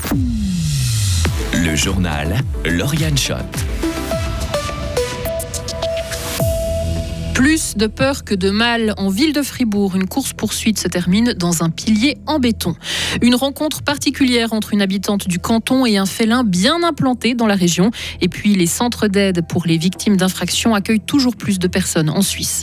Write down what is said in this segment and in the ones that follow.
Le journal Lauriane Schott. Plus de peur que de mal. En ville de Fribourg, une course-poursuite se termine dans un pilier en béton. Une rencontre particulière entre une habitante du canton et un félin bien implanté dans la région. Et puis, les centres d'aide pour les victimes d'infractions accueillent toujours plus de personnes en Suisse.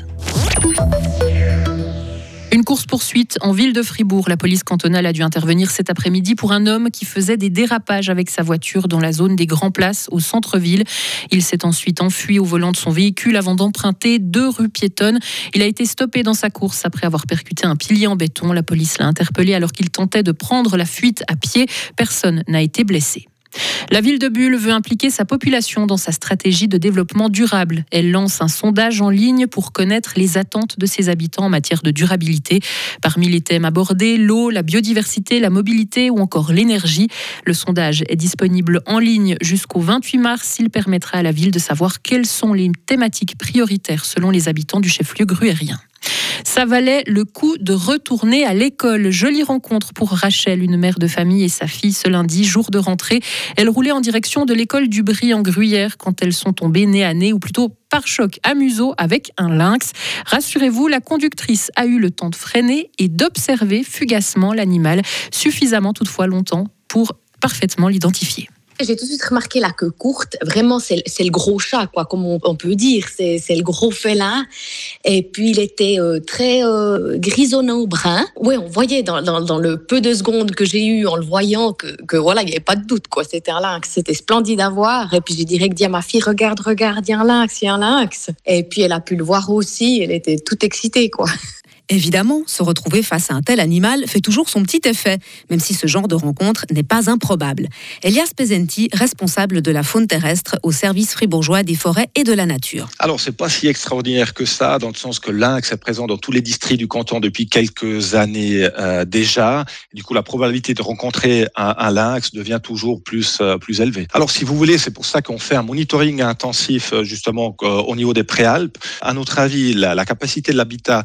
Une course-poursuite en ville de Fribourg. La police cantonale a dû intervenir cet après-midi pour un homme qui faisait des dérapages avec sa voiture dans la zone des Grands Places au centre-ville. Il s'est ensuite enfui au volant de son véhicule avant d'emprunter 2 rues piétonnes. Il a été stoppé dans sa course après avoir percuté un pilier en béton. La police l'a interpellé alors qu'il tentait de prendre la fuite à pied. Personne n'a été blessé. La ville de Bulle veut impliquer sa population dans sa stratégie de développement durable. Elle lance un sondage en ligne pour connaître les attentes de ses habitants en matière de durabilité. Parmi les thèmes abordés, l'eau, la biodiversité, la mobilité ou encore l'énergie. Le sondage est disponible en ligne jusqu'au 28 mars. Il permettra à la ville de savoir quelles sont les thématiques prioritaires selon les habitants du chef-lieu gruérien. Ça valait le coup de retourner à l'école. Jolie rencontre pour Rachel, une mère de famille et sa fille ce lundi, jour de rentrée. Elle roulait en direction de l'école du Brie en Gruyère quand elles sont tombées nez à nez, ou plutôt par choc à museau avec un lynx. Rassurez-vous, la conductrice a eu le temps de freiner et d'observer fugacement l'animal, suffisamment toutefois longtemps pour parfaitement l'identifier. J'ai tout de suite remarqué la queue courte. Vraiment, c'est le gros chat, quoi, comme on peut dire. C'est le gros félin. Et puis, il était très grisonnant brun. Oui, on voyait dans le peu de secondes que j'ai eu en le voyant que voilà, il n'y avait pas de doute, quoi. C'était un lynx. C'était splendide à voir. Et puis, j'ai direct dit à ma fille, regarde, il y a un lynx. Et puis, elle a pu le voir aussi. Elle était toute excitée, quoi. Évidemment, se retrouver face à un tel animal fait toujours son petit effet, même si ce genre de rencontre n'est pas improbable. Elias Pesenti, responsable de la faune terrestre au service fribourgeois des forêts et de la nature. Alors, c'est pas si extraordinaire que ça, dans le sens que le lynx est présent dans tous les districts du canton depuis quelques années déjà. Du coup, la probabilité de rencontrer un lynx devient toujours plus élevée. Alors, si vous voulez, c'est pour ça qu'on fait un monitoring intensif, justement, au niveau des préalpes. À notre avis, la capacité de l'habitat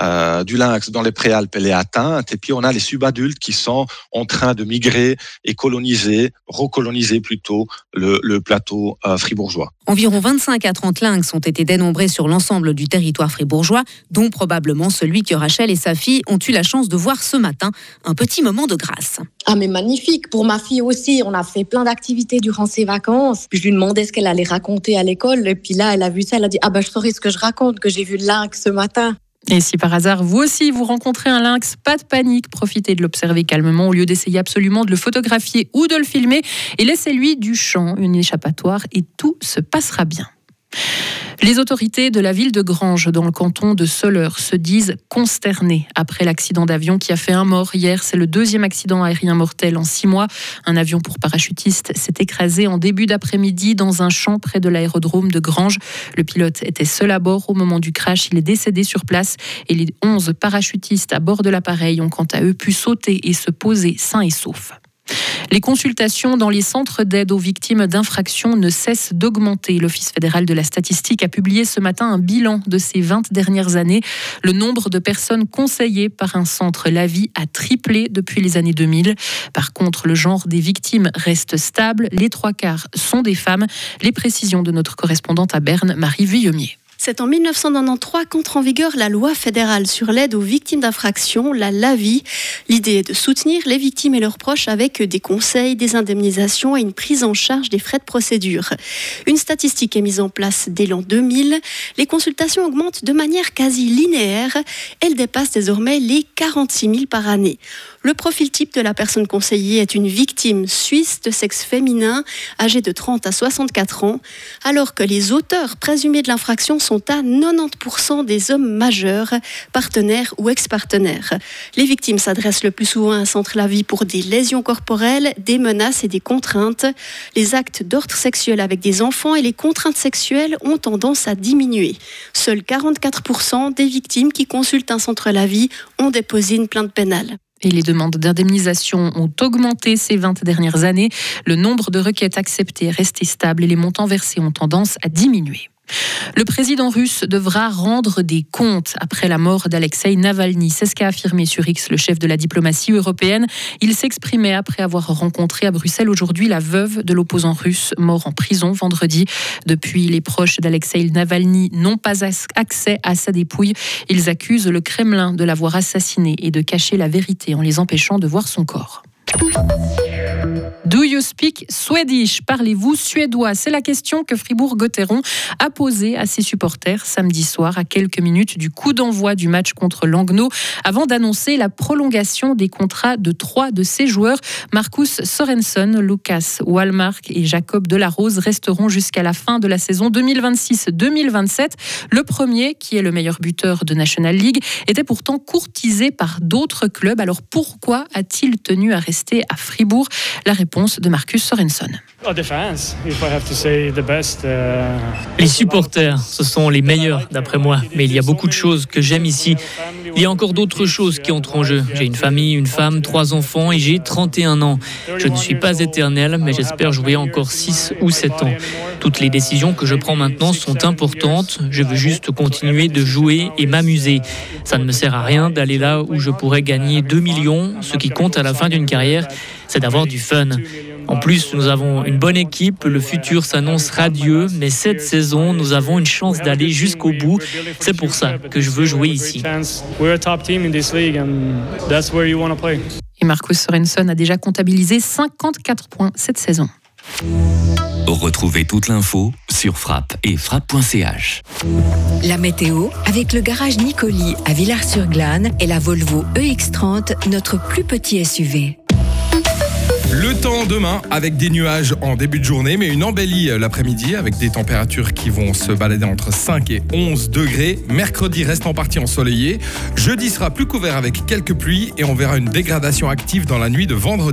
du lynx dans les préalpes, elle est atteinte. Et puis, on a les subadultes qui sont en train de migrer et recoloniser plutôt le plateau fribourgeois. Environ 25 à 30 lynx ont été dénombrés sur l'ensemble du territoire fribourgeois, dont probablement celui que Rachel et sa fille ont eu la chance de voir ce matin. Un petit moment de grâce. Ah, mais magnifique. Pour ma fille aussi, on a fait plein d'activités durant ses vacances. Puis je lui demandais ce qu'elle allait raconter à l'école. Et puis là, elle a vu ça, elle a dit « Ah ben, je saurais ce que je raconte, que j'ai vu le lynx ce matin ». Et si par hasard, vous aussi, vous rencontrez un lynx, pas de panique, profitez de l'observer calmement au lieu d'essayer absolument de le photographier ou de le filmer et laissez-lui du champ, une échappatoire et tout se passera bien. Les autorités de la ville de Granges, dans le canton de Soleure, se disent consternées après l'accident d'avion qui a fait un mort hier. C'est le 2e accident aérien mortel en 6 mois. Un avion pour parachutistes s'est écrasé en début d'après-midi dans un champ près de l'aérodrome de Granges. Le pilote était seul à bord au moment du crash. Il est décédé sur place et les 11 parachutistes à bord de l'appareil ont quant à eux pu sauter et se poser sains et saufs. Les consultations dans les centres d'aide aux victimes d'infractions ne cessent d'augmenter. L'Office fédéral de la statistique a publié ce matin un bilan de ces 20 dernières années. Le nombre de personnes conseillées par un centre LAVI a triplé depuis les années 2000. Par contre, le genre des victimes reste stable. Les 3/4 sont des femmes. Les précisions de notre correspondante à Berne, Marie Vuillemier. C'est en 1993 qu'entre en vigueur la loi fédérale sur l'aide aux victimes d'infractions, la LAVI. L'idée est de soutenir les victimes et leurs proches avec des conseils, des indemnisations et une prise en charge des frais de procédure. Une statistique est mise en place dès l'an 2000. Les consultations augmentent de manière quasi linéaire. Elles dépassent désormais les 46 000 par année. Le profil type de la personne conseillée est une victime suisse de sexe féminin, âgée de 30 à 64 ans, alors que les auteurs présumés de l'infraction sont à 90% des hommes majeurs, partenaires ou ex-partenaires. Les victimes s'adressent le plus souvent à un centre LAVI pour des lésions corporelles, des menaces et des contraintes. Les actes d'ordre sexuel avec des enfants et les contraintes sexuelles ont tendance à diminuer. Seuls 44% des victimes qui consultent un centre LAVI ont déposé une plainte pénale. Et les demandes d'indemnisation ont augmenté ces 20 dernières années. Le nombre de requêtes acceptées est resté stable et les montants versés ont tendance à diminuer. Le président russe devra rendre des comptes après la mort d'Alexeï Navalny. C'est ce qu'a affirmé sur X le chef de la diplomatie européenne. Il s'exprimait après avoir rencontré à Bruxelles aujourd'hui la veuve de l'opposant russe mort en prison vendredi. Depuis, les proches d'Alexeï Navalny n'ont pas accès à sa dépouille. Ils accusent le Kremlin de l'avoir assassiné et de cacher la vérité en les empêchant de voir son corps. Do you speak Swedish? Parlez-vous suédois? C'est la question que Fribourg-Gotteron a posée à ses supporters samedi soir, à quelques minutes du coup d'envoi du match contre Langnau, avant d'annoncer la prolongation des contrats de 3 de ses joueurs. Marcus Sorensen, Lucas Wallmark et Jacob Delarose resteront jusqu'à la fin de la saison 2026-2027. Le premier, qui est le meilleur buteur de National League, était pourtant courtisé par d'autres clubs. Alors pourquoi a-t-il tenu à rester à Fribourg? La réponse de Marcus Sorensen. Les supporters, ce sont les meilleurs d'après moi, mais il y a beaucoup de choses que j'aime ici. Il y a encore d'autres choses qui entrent en jeu. J'ai une famille, une femme, 3 enfants et j'ai 31 ans. Je ne suis pas éternel, mais j'espère jouer encore 6 ou 7 ans. Toutes les décisions que je prends maintenant sont importantes. Je veux juste continuer de jouer et m'amuser. Ça ne me sert à rien d'aller là où je pourrais gagner 2 millions. Ce qui compte à la fin d'une carrière, c'est d'avoir du fun. En plus, nous avons une bonne équipe, le futur s'annonce radieux, mais cette saison, nous avons une chance d'aller jusqu'au bout. C'est pour ça que je veux jouer ici. Et Marcus Sorensen a déjà comptabilisé 54 points cette saison. Retrouvez toute l'info sur Frappe et frappe.ch. La météo avec le garage Nicoli à Villars-sur-Glâne et la Volvo EX30, notre plus petit SUV. Le temps demain avec des nuages en début de journée, mais une embellie l'après-midi avec des températures qui vont se balader entre 5 et 11 degrés. Mercredi reste en partie ensoleillé. Jeudi sera plus couvert avec quelques pluies et on verra une dégradation active dans la nuit de vendredi.